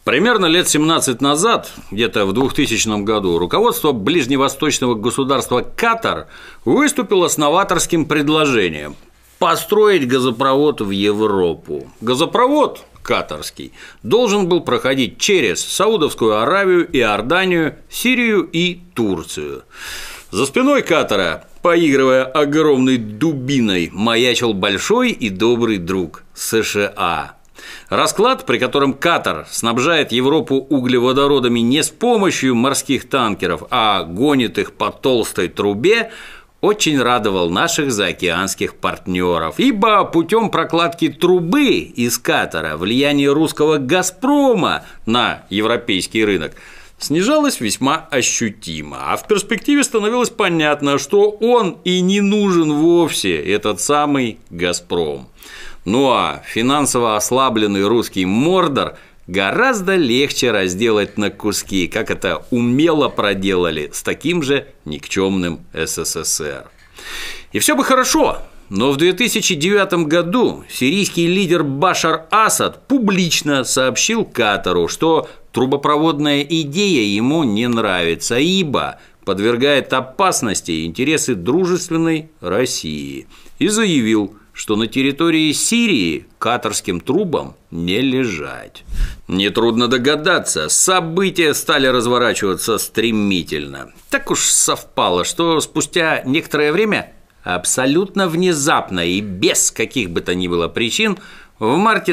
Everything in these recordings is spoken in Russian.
Примерно лет 17 назад, где-то в 2000 году, руководство ближневосточного государства Катар выступило с новаторским предложением построить газопровод в Европу. Газопровод катарский должен был проходить через Саудовскую Аравию, Иорданию, Сирию и Турцию. За спиной Катара, поигрывая огромной дубиной, маячил большой и добрый друг – США. Расклад, при котором Катар снабжает Европу углеводородами не с помощью морских танкеров, а гонит их по толстой трубе, очень радовал наших заокеанских партнеров, ибо путем прокладки трубы из Катара влияние русского «Газпрома» на европейский рынок снижалось весьма ощутимо, а в перспективе становилось понятно, что он и не нужен вовсе, этот самый «Газпром». Ну а финансово ослабленный русский Мордор гораздо легче разделать на куски, как это умело проделали с таким же никчемным СССР. И все бы хорошо, но в 2009 году сирийский лидер Башар Асад публично сообщил Катару, что трубопроводная идея ему не нравится, ибо подвергает опасности интересы дружественной России, и заявил, что на территории Сирии катарским трубам не лежать. Нетрудно догадаться, события стали разворачиваться стремительно. Так уж совпало, что спустя некоторое время, абсолютно внезапно и без каких бы то ни было причин, в марте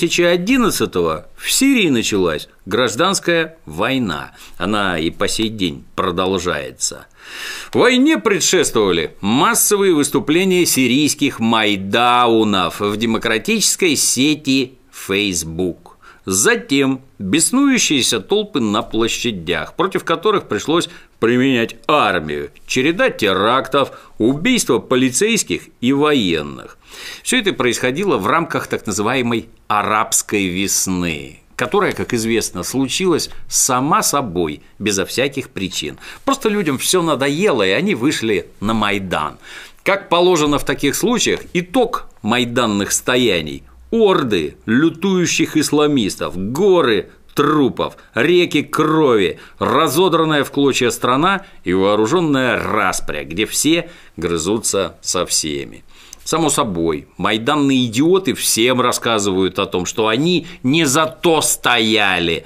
2011-го в Сирии началась гражданская война. Она и по сей день продолжается. Войне предшествовали массовые выступления сирийских майдаунов в демократической сети Facebook. Затем беснующиеся толпы на площадях, против которых пришлось применять армию, череда терактов, убийства полицейских и военных. Все это происходило в рамках так называемой «арабской весны», которая, как известно, случилась сама собой, безо всяких причин. Просто людям все надоело, и они вышли на Майдан. Как положено в таких случаях, итог майданных стояний – орды лютующих исламистов, горы трупов, реки крови, разодранная в клочья страна и вооруженная распря, где все грызутся со всеми. Само собой, майданные идиоты всем рассказывают о том, что они не за то стояли.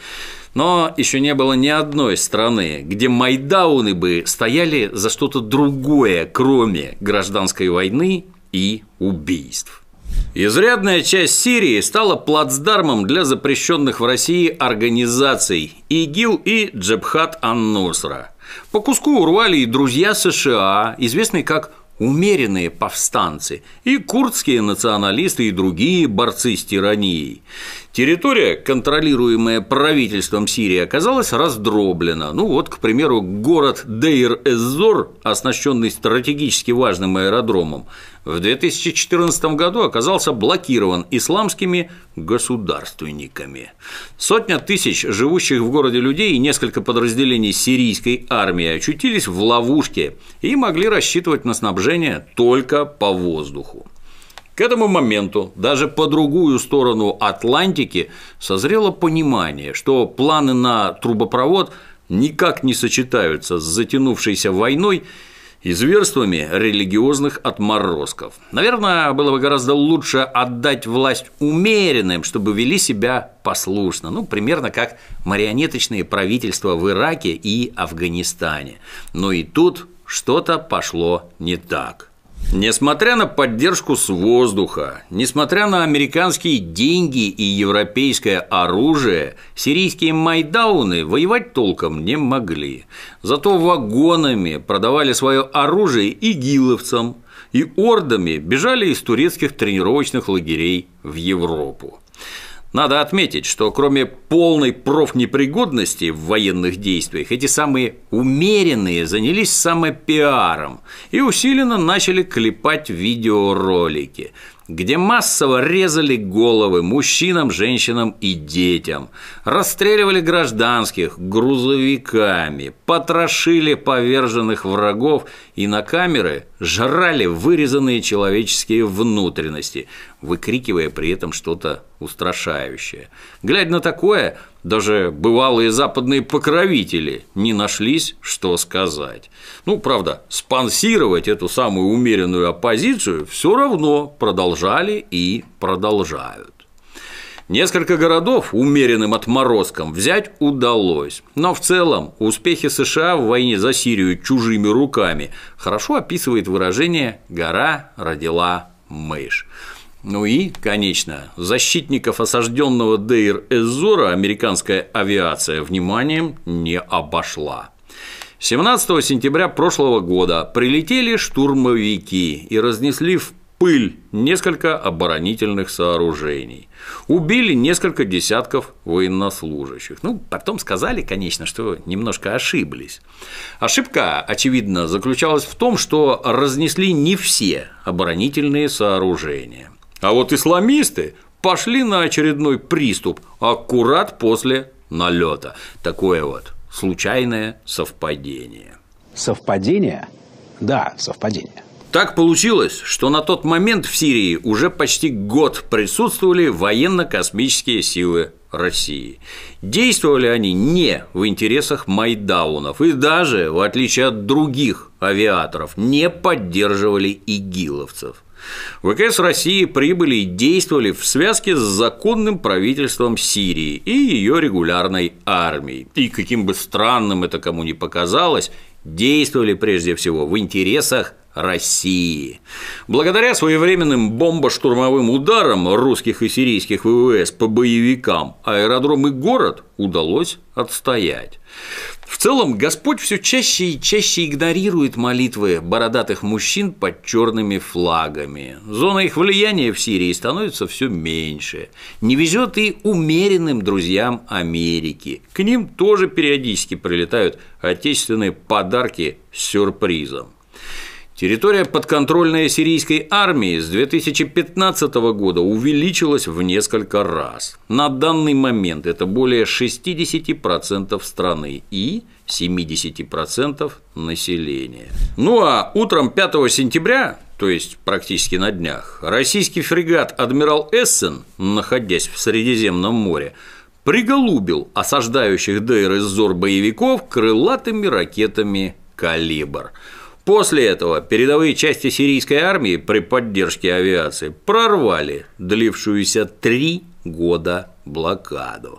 Но еще не было ни одной страны, где майдауны бы стояли за что-то другое, кроме гражданской войны и убийств. Изрядная часть Сирии стала плацдармом для запрещенных в России организаций ИГИЛ и Джабхат ан-Нусра. По куску урвали и друзья США, известные как умеренные повстанцы, и курдские националисты, и другие борцы с тиранией. Территория, контролируемая правительством Сирии, оказалась раздроблена. К примеру, город Дейр-эз-Зор, оснащенный стратегически важным аэродромом, в 2014 году оказался блокирован исламскими государственниками. Сотня тысяч живущих в городе людей и несколько подразделений сирийской армии очутились в ловушке и могли рассчитывать на снабжение только по воздуху. К этому моменту даже по другую сторону Атлантики созрело понимание, что планы на трубопровод никак не сочетаются с затянувшейся войной и зверствами религиозных отморозков. Наверное, было бы гораздо лучше отдать власть умеренным, чтобы вели себя послушно, примерно как марионеточные правительства в Ираке и Афганистане. Но и тут что-то пошло не так. Несмотря на поддержку с воздуха, несмотря на американские деньги и европейское оружие, сирийские майдауны воевать толком не могли. Зато вагонами продавали свое оружие игиловцам и ордами бежали из турецких тренировочных лагерей в Европу. Надо отметить, что кроме полной профнепригодности в военных действиях, эти самые умеренные занялись самопиаром и усиленно начали клепать видеоролики, где массово резали головы мужчинам, женщинам и детям, расстреливали гражданских грузовиками, потрошили поверженных врагов и на камеры жрали вырезанные человеческие внутренности, выкрикивая при этом что-то устрашающее. Глядя на такое, даже бывалые западные покровители не нашлись, что сказать. Ну, правда, спонсировать эту самую умеренную оппозицию все равно продолжали и продолжают. Несколько городов умеренным отморозком взять удалось, но в целом успехи США в войне за Сирию чужими руками хорошо описывает выражение «гора родила мышь». Ну и, конечно, защитников осажденного Дейр-эз-Зора американская авиация вниманием не обошла. 17 сентября прошлого года прилетели штурмовики и разнесли в пыль несколько оборонительных сооружений. Убили несколько десятков военнослужащих. Ну, потом сказали, конечно, что немножко ошиблись. Ошибка, очевидно, заключалась в том, что разнесли не все оборонительные сооружения. А вот исламисты пошли на очередной приступ аккурат после налета. Такое вот случайное совпадение. Совпадение? Да, совпадение. Так получилось, что на тот момент в Сирии уже почти год присутствовали военно-космические силы России. Действовали они не в интересах майдаунов и даже, в отличие от других авиаторов, не поддерживали игиловцев. ВКС России прибыли и действовали в связке с законным правительством Сирии и ее регулярной армией. И каким бы странным это кому ни показалось, действовали прежде всего в интересах России. Благодаря своевременным бомбо-штурмовым ударам русских и сирийских ВВС по боевикам аэродром и город удалось отстоять. В целом, Господь все чаще и чаще игнорирует молитвы бородатых мужчин под черными флагами. Зона их влияния в Сирии становится все меньше. Не везет и умеренным друзьям Америки. К ним тоже периодически прилетают отечественные подарки с сюрпризом. Территория, подконтрольная сирийской армии, с 2015 года увеличилась в несколько раз. На данный момент это более 60% страны и 70% населения. Ну а утром 5 сентября, то есть практически на днях, российский фрегат «Адмирал Эссен», находясь в Средиземном море, приголубил осаждающих Дейр-эз-Зор боевиков крылатыми ракетами «Калибр». После этого передовые части сирийской армии при поддержке авиации прорвали длившуюся 3 года блокаду.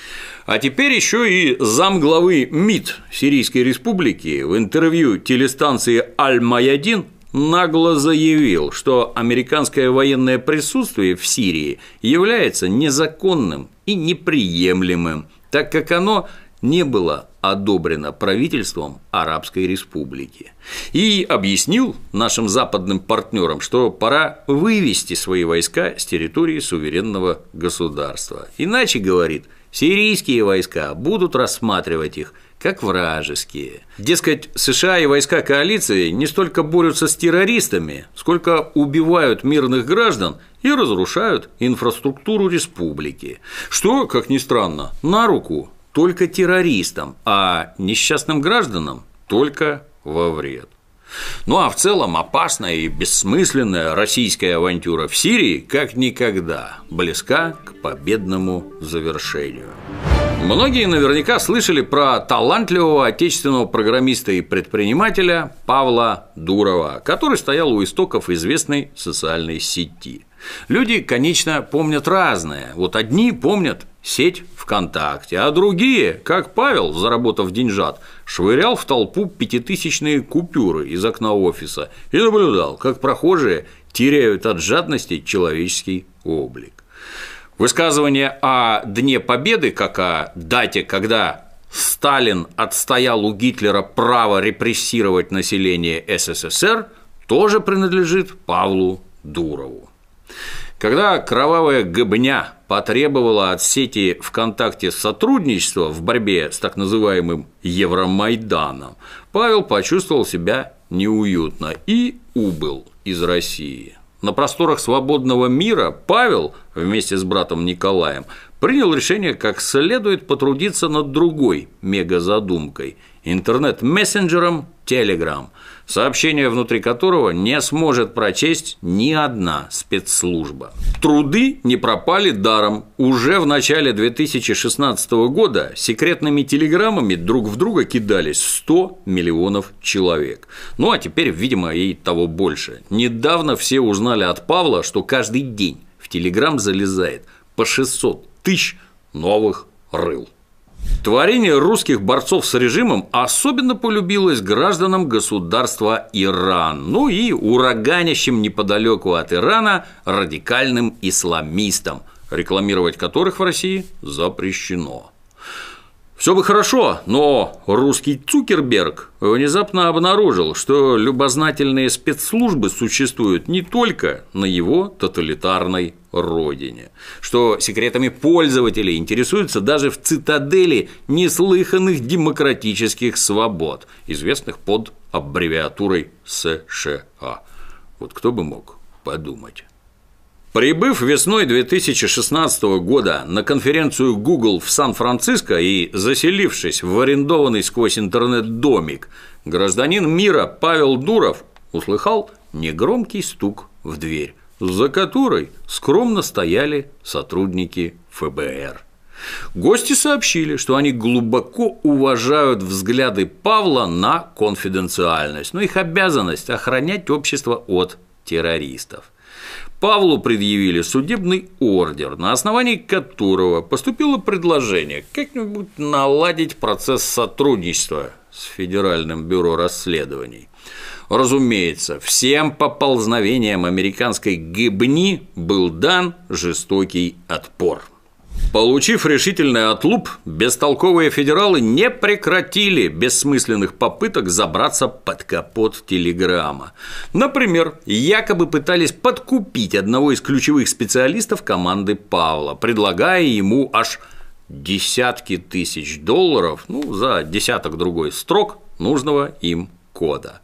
А теперь еще и замглавы МИД Сирийской Республики в интервью телестанции «Аль-Маядин» нагло заявил, что американское военное присутствие в Сирии является незаконным и неприемлемым, так как оно не было одобрено правительством Арабской Республики. И объяснил нашим западным партнерам, что пора вывести свои войска с территории суверенного государства. Иначе, говорит, сирийские войска будут рассматривать их как вражеские. Дескать, США и войска коалиции не столько борются с террористами, сколько убивают мирных граждан и разрушают инфраструктуру республики. Что, как ни странно, на руку только террористам, а несчастным гражданам только во вред. Ну а в целом опасная и бессмысленная российская авантюра в Сирии как никогда близка к победному завершению. Многие наверняка слышали про талантливого отечественного программиста и предпринимателя Павла Дурова, который стоял у истоков известной социальной сети. Люди, конечно, помнят разное. Вот одни помнят сеть ВКонтакте, а другие, как Павел, заработав деньжат, швырял в толпу 5000-тысячные купюры из окна офиса и наблюдал, как прохожие теряют от жадности человеческий облик. Высказывание о Дне Победы, как о дате, когда Сталин отстоял у Гитлера право репрессировать население СССР, тоже принадлежит Павлу Дурову. Когда кровавая гыбня потребовала от сети ВКонтакте сотрудничества в борьбе с так называемым Евромайданом, Павел почувствовал себя неуютно и убыл из России. На просторах свободного мира Павел вместе с братом Николаем принял решение как следует потрудиться над другой мегазадумкой – интернет-мессенджером Telegram, сообщение внутри которого не сможет прочесть ни одна спецслужба. Труды не пропали даром. Уже в начале 2016 года секретными телеграммами друг в друга кидались 100 миллионов человек. Ну а теперь, видимо, и того больше. Недавно все узнали от Павла, что каждый день в Telegram залезает по 600 тысяч новых рыл. Творение русских борцов с режимом особенно полюбилось гражданам государства Иран, ну и ураганящим неподалеку от Ирана радикальным исламистам, рекламировать которых в России запрещено. Все бы хорошо, но русский Цукерберг внезапно обнаружил, что любознательные спецслужбы существуют не только на его тоталитарной родине, что секретами пользователей интересуются даже в цитадели неслыханных демократических свобод, известных под аббревиатурой США. Вот кто бы мог подумать. Прибыв весной 2016 года на конференцию Google в Сан-Франциско и заселившись в арендованный сквозь интернет домик, гражданин мира Павел Дуров услыхал негромкий стук в дверь, за которой скромно стояли сотрудники ФБР. Гости сообщили, что они глубоко уважают взгляды Павла на конфиденциальность, но их обязанность – охранять общество от террористов. Павлу предъявили судебный ордер, на основании которого поступило предложение как-нибудь наладить процесс сотрудничества с Федеральным бюро расследований. Разумеется, всем поползновениям американской гыбни был дан жестокий отпор. Получив решительный отлуп, бестолковые федералы не прекратили бессмысленных попыток забраться под капот Телеграма. Например, якобы пытались подкупить одного из ключевых специалистов команды Павла, предлагая ему аж десятки тысяч долларов, за десяток другой строк нужного им кода.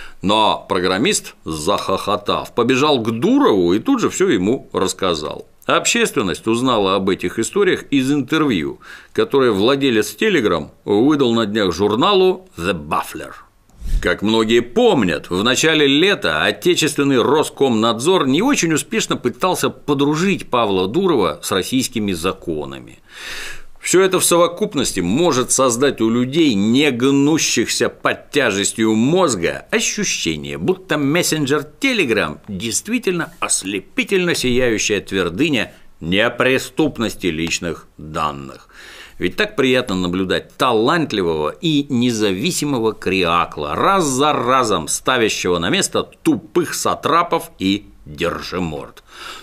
Но программист, захохотав, побежал к Дурову и тут же все ему рассказал. Общественность узнала об этих историях из интервью, которое владелец Telegram выдал на днях журналу The Baffler. Как многие помнят, в начале лета отечественный Роскомнадзор не очень успешно пытался подружить Павла Дурова с российскими законами. Все это в совокупности может создать у людей, не гнущихся под тяжестью мозга, ощущение, будто мессенджер Telegram действительно ослепительно сияющая твердыня неприступности личных данных. Ведь так приятно наблюдать талантливого и независимого креакла, раз за разом ставящего на место тупых сатрапов и держиморд.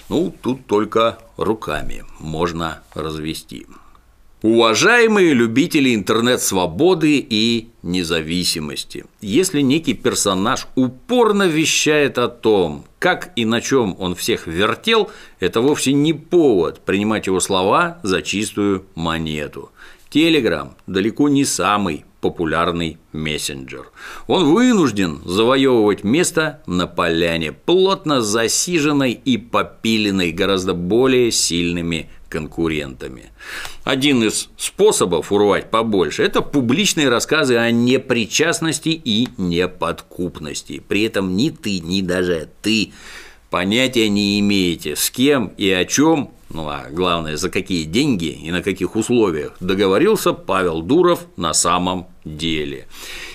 Тут только руками можно развести. Уважаемые любители интернет-свободы и независимости, если некий персонаж упорно вещает о том, как и на чем он всех вертел, это вовсе не повод принимать его слова за чистую монету. Telegram далеко не самый популярный мессенджер. Он вынужден завоевывать место на поляне, плотно засиженной и попиленной гораздо более сильными конкурентами. Один из способов урвать побольше – это публичные рассказы о непричастности и неподкупности. При этом ни ты, ни даже ты понятия не имеете, с кем и о чем, а главное, за какие деньги и на каких условиях договорился Павел Дуров на самом деле.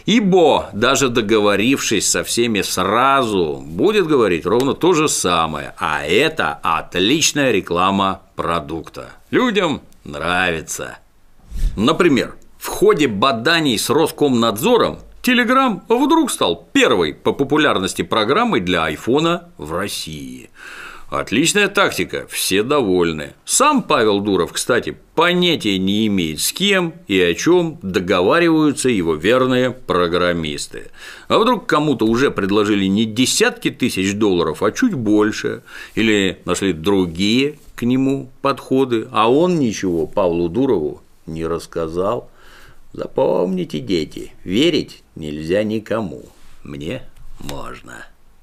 Ибо даже договорившись со всеми сразу, будет говорить ровно то же самое, а это отличная реклама продукта. Людям нравится. Например, в ходе баданий с Роскомнадзором Telegram вдруг стал первой по популярности программой для айфона в России. Отличная тактика, все довольны. Сам Павел Дуров, кстати, понятия не имеет, с кем и о чем договариваются его верные программисты. А вдруг кому-то уже предложили не десятки тысяч долларов, а чуть больше, или нашли другие к нему подходы, а он ничего Павлу Дурову не рассказал. Запомните, дети, верить нельзя никому, мне можно.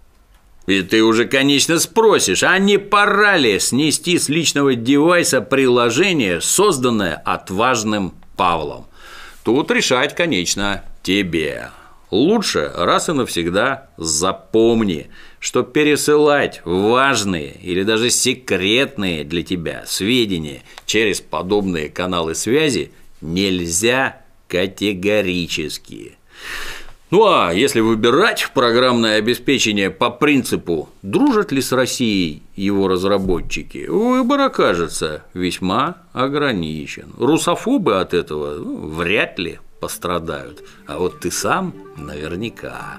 И ты уже, конечно, спросишь, а не пора ли снести с личного девайса приложение, созданное отважным Павлом? Тут решать, конечно, тебе. Лучше раз и навсегда запомни, что пересылать важные или даже секретные для тебя сведения через подобные каналы связи нельзя категорически. Ну а если выбирать программное обеспечение по принципу, дружат ли с Россией его разработчики, выбор окажется весьма ограничен. Русофобы от этого вряд ли пострадают, а вот ты сам наверняка.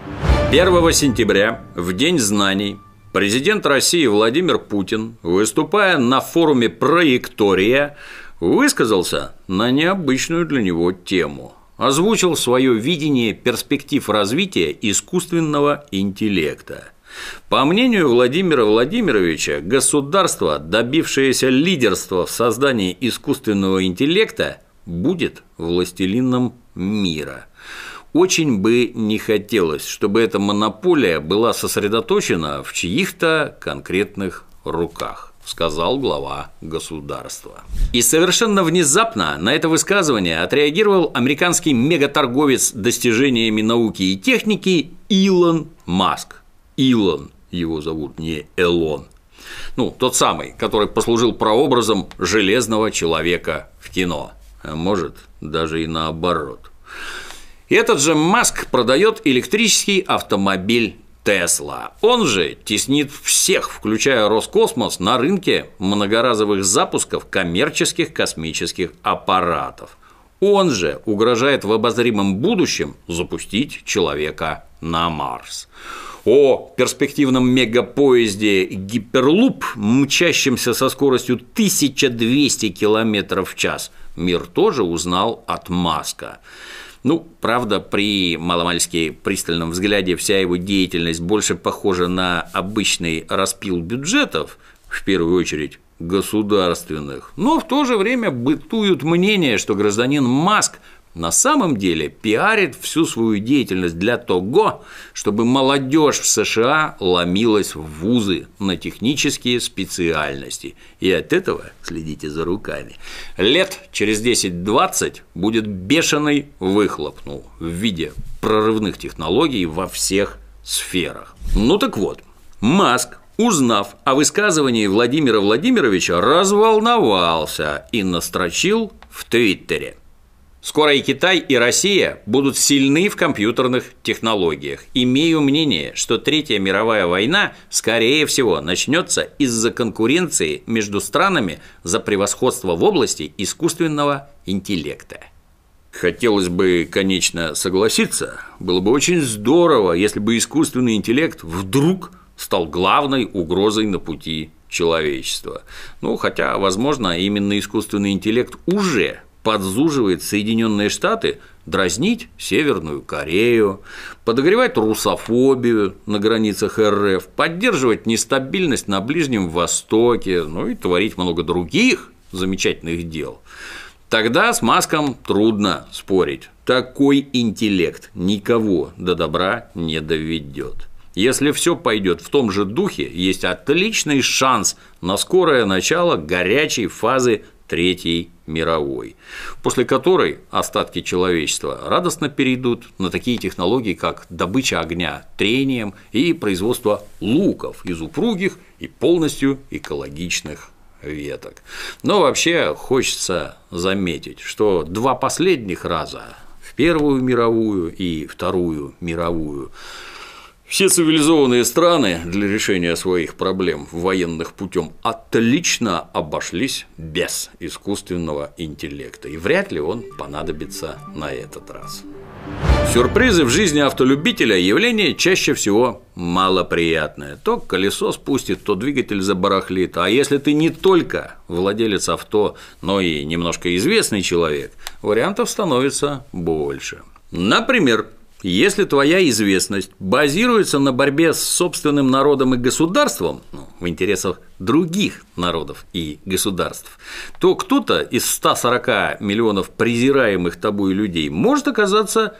1 сентября, в День знаний, президент России Владимир Путин, выступая на форуме «Проектория», высказался на необычную для него тему. Озвучил свое видение перспектив развития искусственного интеллекта. По мнению Владимира Владимировича, государство, добившееся лидерства в создании искусственного интеллекта, будет властелином мира. Очень бы не хотелось, чтобы эта монополия была сосредоточена в чьих-то конкретных руках, сказал глава государства. И совершенно внезапно на это высказывание отреагировал американский мегаторговец достижениями науки и техники Илон Маск. Илон его зовут, не Элон. Тот самый, который послужил прообразом железного человека в кино. А может, даже и наоборот. Этот же Маск продает электрический автомобиль Тесла. Он же теснит всех, включая Роскосмос, на рынке многоразовых запусков коммерческих космических аппаратов. Он же угрожает в обозримом будущем запустить человека на Марс. О перспективном мегапоезде Гиперлуп, мчащемся со скоростью 1200 км в час, мир тоже узнал от Маска. Правда, при маломальски пристальном взгляде вся его деятельность больше похожа на обычный распил бюджетов, в первую очередь государственных, но в то же время бытуют мнения, что гражданин Маск на самом деле пиарит всю свою деятельность для того, чтобы молодежь в США ломилась в вузы на технические специальности. И от этого, следите за руками, лет через 10-20 будет бешеный выхлоп в виде прорывных технологий во всех сферах. Так вот, Маск, узнав о высказывании Владимира Владимировича, разволновался и настрочил в Твиттере: «Скоро и Китай, и Россия будут сильны в компьютерных технологиях. Имею мнение, что Третья мировая война, скорее всего, начнется из-за конкуренции между странами за превосходство в области искусственного интеллекта». Хотелось бы, конечно, согласиться, было бы очень здорово, если бы искусственный интеллект вдруг стал главной угрозой на пути человечества. Хотя, возможно, именно искусственный интеллект уже подзуживает Соединенные Штаты дразнить Северную Корею, подогревать русофобию на границах РФ, поддерживать нестабильность на Ближнем Востоке, и творить много других замечательных дел. Тогда с Маском трудно спорить. Такой интеллект никого до добра не доведет. Если все пойдет в том же духе, есть отличный шанс на скорое начало горячей фазы Третьей мировой, после которой остатки человечества радостно перейдут на такие технологии, как добыча огня трением и производство луков из упругих и полностью экологичных веток. Но вообще хочется заметить, что два последних раза, в Первую мировую и Вторую мировую, все цивилизованные страны для решения своих проблем военных путем отлично обошлись без искусственного интеллекта, и вряд ли он понадобится на этот раз. Сюрпризы в жизни автолюбителя – явление чаще всего малоприятное. То колесо спустит, то двигатель забарахлит. А если ты не только владелец авто, но и немножко известный человек, вариантов становится больше. Например, если твоя известность базируется на борьбе с собственным народом и государством, в интересах других народов и государств, то кто-то из 140 миллионов презираемых тобой людей может оказаться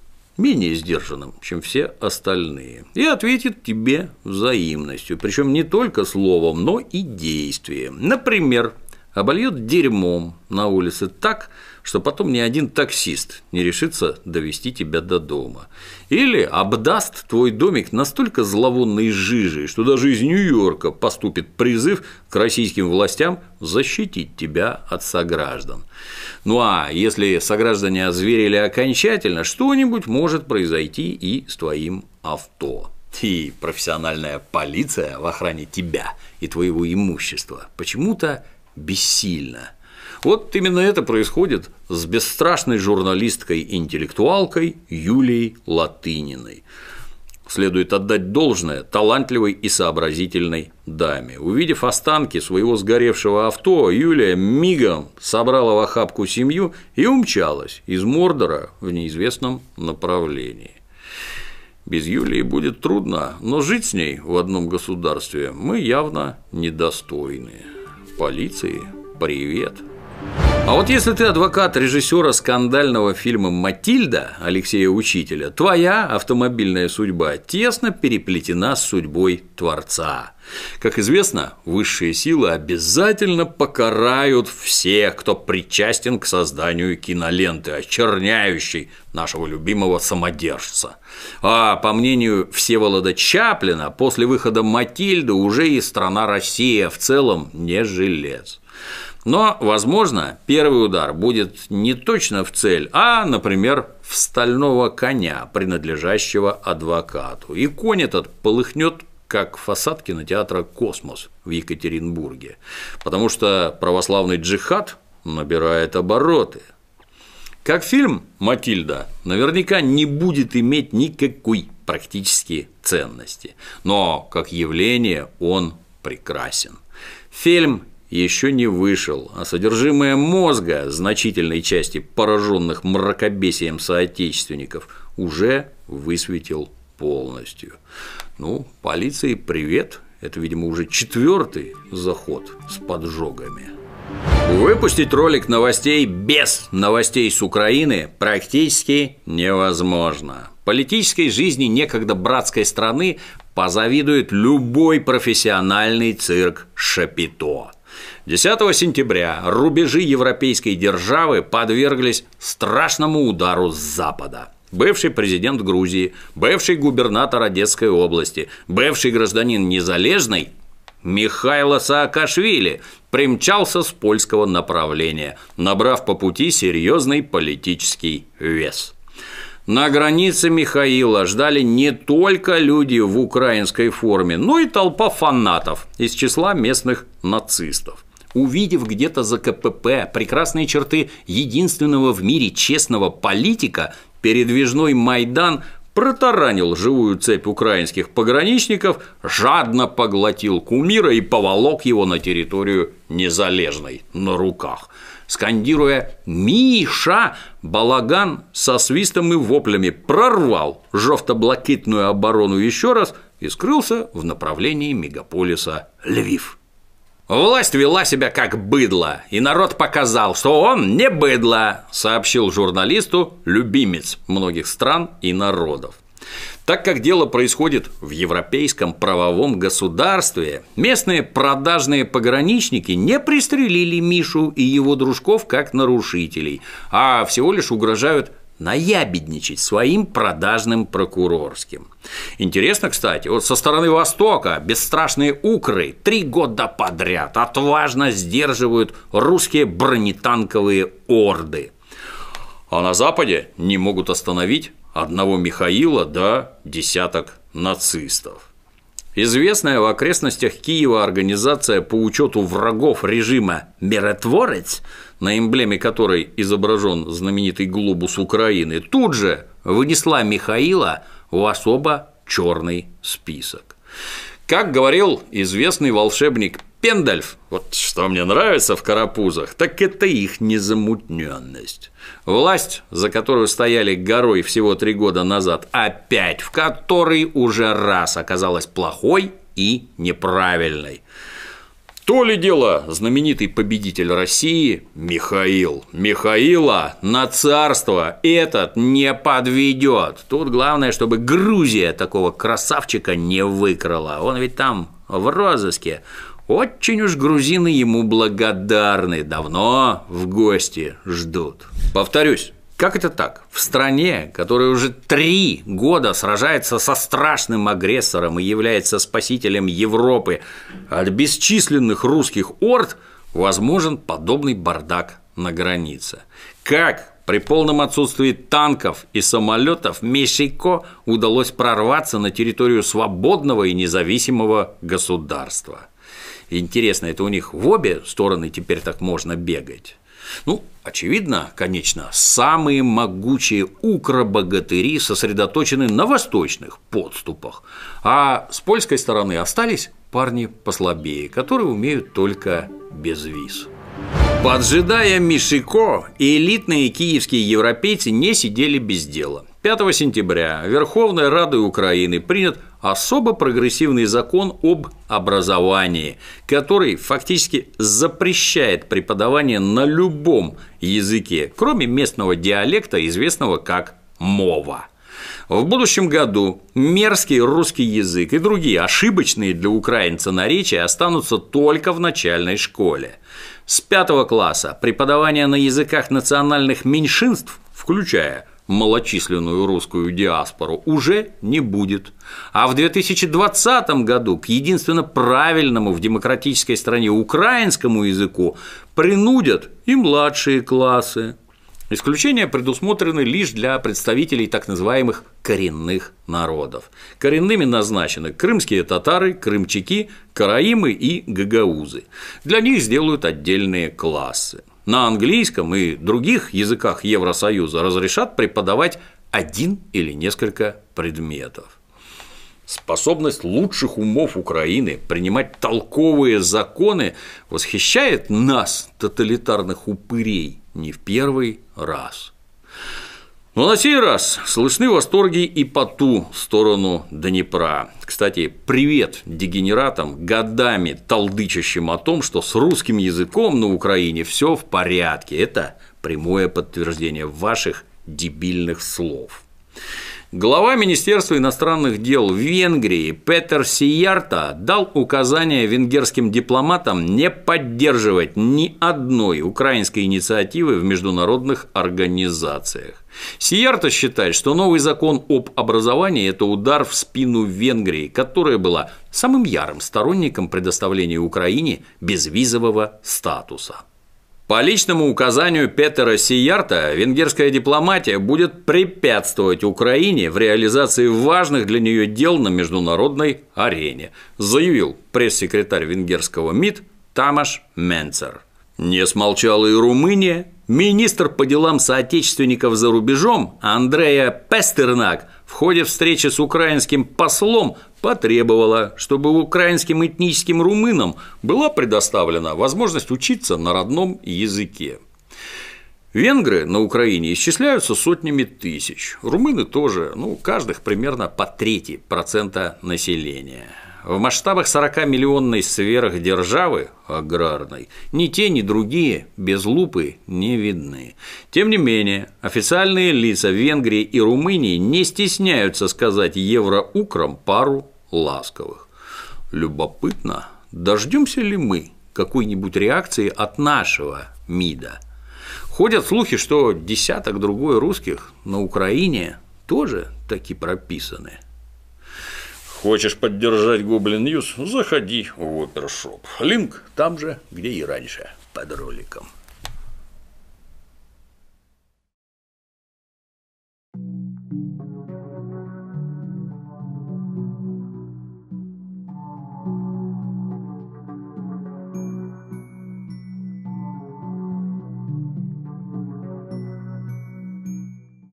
менее сдержанным, чем все остальные, и ответит тебе взаимностью, причем не только словом, но и действием. Например, обольет дерьмом на улице так, что потом ни один таксист не решится довести тебя до дома. Или обдаст твой домик настолько зловонной жижей, что даже из Нью-Йорка поступит призыв к российским властям защитить тебя от сограждан. Ну а если сограждане озверели окончательно, что-нибудь может произойти и с твоим авто. И профессиональная полиция в охране тебя и твоего имущества почему-то бессильна. Вот именно это происходит с бесстрашной журналисткой-интеллектуалкой Юлией Латыниной. Следует отдать должное талантливой и сообразительной даме. Увидев останки своего сгоревшего авто, Юлия мигом собрала в охапку семью и умчалась из Мордора в неизвестном направлении. Без Юлии будет трудно, но жить с ней в одном государстве мы явно недостойны. Полиции привет. А вот если ты адвокат режиссера скандального фильма «Матильда» Алексея Учителя, твоя автомобильная судьба тесно переплетена с судьбой Творца. Как известно, высшие силы обязательно покарают всех, кто причастен к созданию киноленты, очерняющей нашего любимого самодержца. А по мнению Всеволода Чаплина, после выхода «Матильды» уже и страна Россия в целом не жилец. Но, возможно, первый удар будет не точно в цель, а, например, в стального коня, принадлежащего адвокату. И конь этот полыхнет, как фасад кинотеатра «Космос» в Екатеринбурге, потому что православный джихад набирает обороты. Как фильм «Матильда» наверняка не будет иметь никакой практически ценности, но как явление он прекрасен. Фильм еще не вышел, а содержимое мозга значительной части пораженных мракобесием соотечественников уже высветил полностью. Ну, полиции привет, это, видимо, уже 4-й заход с поджогами. Выпустить ролик новостей без новостей с Украины практически невозможно. Политической жизни некогда братской страны позавидует любой профессиональный цирк Шапито. 10 сентября рубежи европейской державы подверглись страшному удару с запада. Бывший президент Грузии, бывший губернатор Одесской области, бывший гражданин Незалежной Михаило Саакашвили примчался с польского направления, набрав по пути серьезный политический вес. На границе Михаила ждали не только люди в украинской форме, но и толпа фанатов из числа местных нацистов. Увидев где-то за КПП прекрасные черты единственного в мире честного политика, передвижной Майдан протаранил живую цепь украинских пограничников, жадно поглотил кумира и поволок его на территорию Незалежной на руках. Скандируя «Миша!», балаган со свистом и воплями прорвал жовто-блакитную оборону еще раз и скрылся в направлении мегаполиса Львив. «Власть вела себя как быдло, и народ показал, что он не быдло», сообщил журналисту любимец многих стран и народов. Так как дело происходит в европейском правовом государстве, местные продажные пограничники не пристрелили Мишу и его дружков как нарушителей, а всего лишь угрожают наябедничать своим продажным прокурорским. Интересно, кстати, вот со стороны Востока бесстрашные укры 3 года подряд отважно сдерживают русские бронетанковые орды, а на Западе не могут остановить одного Михаила да десяток нацистов. Известная в окрестностях Киева организация по учету врагов режима «Миротворец», на эмблеме которой изображен знаменитый глобус Украины, тут же вынесла Михаила в особо черный список. Как говорил известный волшебник Пендальф, вот что мне нравится в карапузах, так это их незамутненность. Власть, за которую стояли горой всего 3 года назад, опять в которой уже раз оказалась плохой и неправильной. То ли дело знаменитый победитель России Михаил. Михаила на царство этот не подведет. Тут главное, чтобы Грузия такого красавчика не выкрала. Он ведь там в розыске Очень уж грузины ему благодарны, давно в гости ждут. Повторюсь, как это так? В стране, которая уже 3 года сражается со страшным агрессором и является спасителем Европы от бесчисленных русских орд, возможен подобный бардак на границе. Как при полном отсутствии танков и самолетов Мишико удалось прорваться на территорию свободного и независимого государства? Интересно, это у них в обе стороны теперь так можно бегать? Ну, очевидно, конечно, самые могучие укробогатыри сосредоточены на восточных подступах, а с польской стороны остались парни послабее, которые умеют только без виз. Поджидая Мишико, элитные киевские европейцы не сидели без дела. 5 сентября Верховной Радой Украины принят особо прогрессивный закон об образовании, который фактически запрещает преподавание на любом языке, кроме местного диалекта, известного как мова. В будущем году мерзкий русский язык и другие ошибочные для украинца наречия останутся только в начальной школе. С 5 класса преподавание на языках национальных меньшинств, включая малочисленную русскую диаспору, уже не будет. А в 2020 году к единственно правильному в демократической стране украинскому языку принудят и младшие классы. Исключения предусмотрены лишь для представителей так называемых коренных народов. Коренными назначены крымские татары, крымчаки, караимы и гагаузы. Для них сделают отдельные классы. На английском и других языках Евросоюза разрешат преподавать 1 или несколько предметов. Способность лучших умов Украины принимать толковые законы восхищает нас, тоталитарных упырей, не в первый раз. Но на сей раз слышны восторги и по ту сторону Днепра. Кстати, привет дегенератам, годами толдычащим о том, что с русским языком на Украине все в порядке. Это прямое подтверждение ваших дебильных слов. Глава Министерства иностранных дел Венгрии Петер Сиярто дал указание венгерским дипломатам не поддерживать ни одной украинской инициативы в международных организациях. Сиярто считает, что новый закон об образовании – это удар в спину Венгрии, которая была самым ярым сторонником предоставления Украине безвизового статуса. По личному указанию Петера Сиярто венгерская дипломатия будет препятствовать Украине в реализации важных для нее дел на международной арене, заявил пресс-секретарь венгерского МИД Тамаш Менцер. Не смолчала и Румыния. Министр по делам соотечественников за рубежом Андрея Пестернак в ходе встречи с украинским послом потребовала, чтобы украинским этническим румынам была предоставлена возможность учиться на родном языке. Венгры на Украине исчисляются сотнями тысяч, румыны тоже, каждых примерно по 0,03% населения. В масштабах 40-миллионной сверхдержавы аграрной ни те, ни другие без лупы не видны. Тем не менее, официальные лица Венгрии и Румынии не стесняются сказать евроукрам пару ласковых. Любопытно, дождемся ли мы какой-нибудь реакции от нашего МИДа? Ходят слухи, что десяток другой русских на Украине тоже таки прописаны. Хочешь поддержать Гоблин Ньюс? Заходи в Опершоп. Линк там же, где и раньше, под роликом.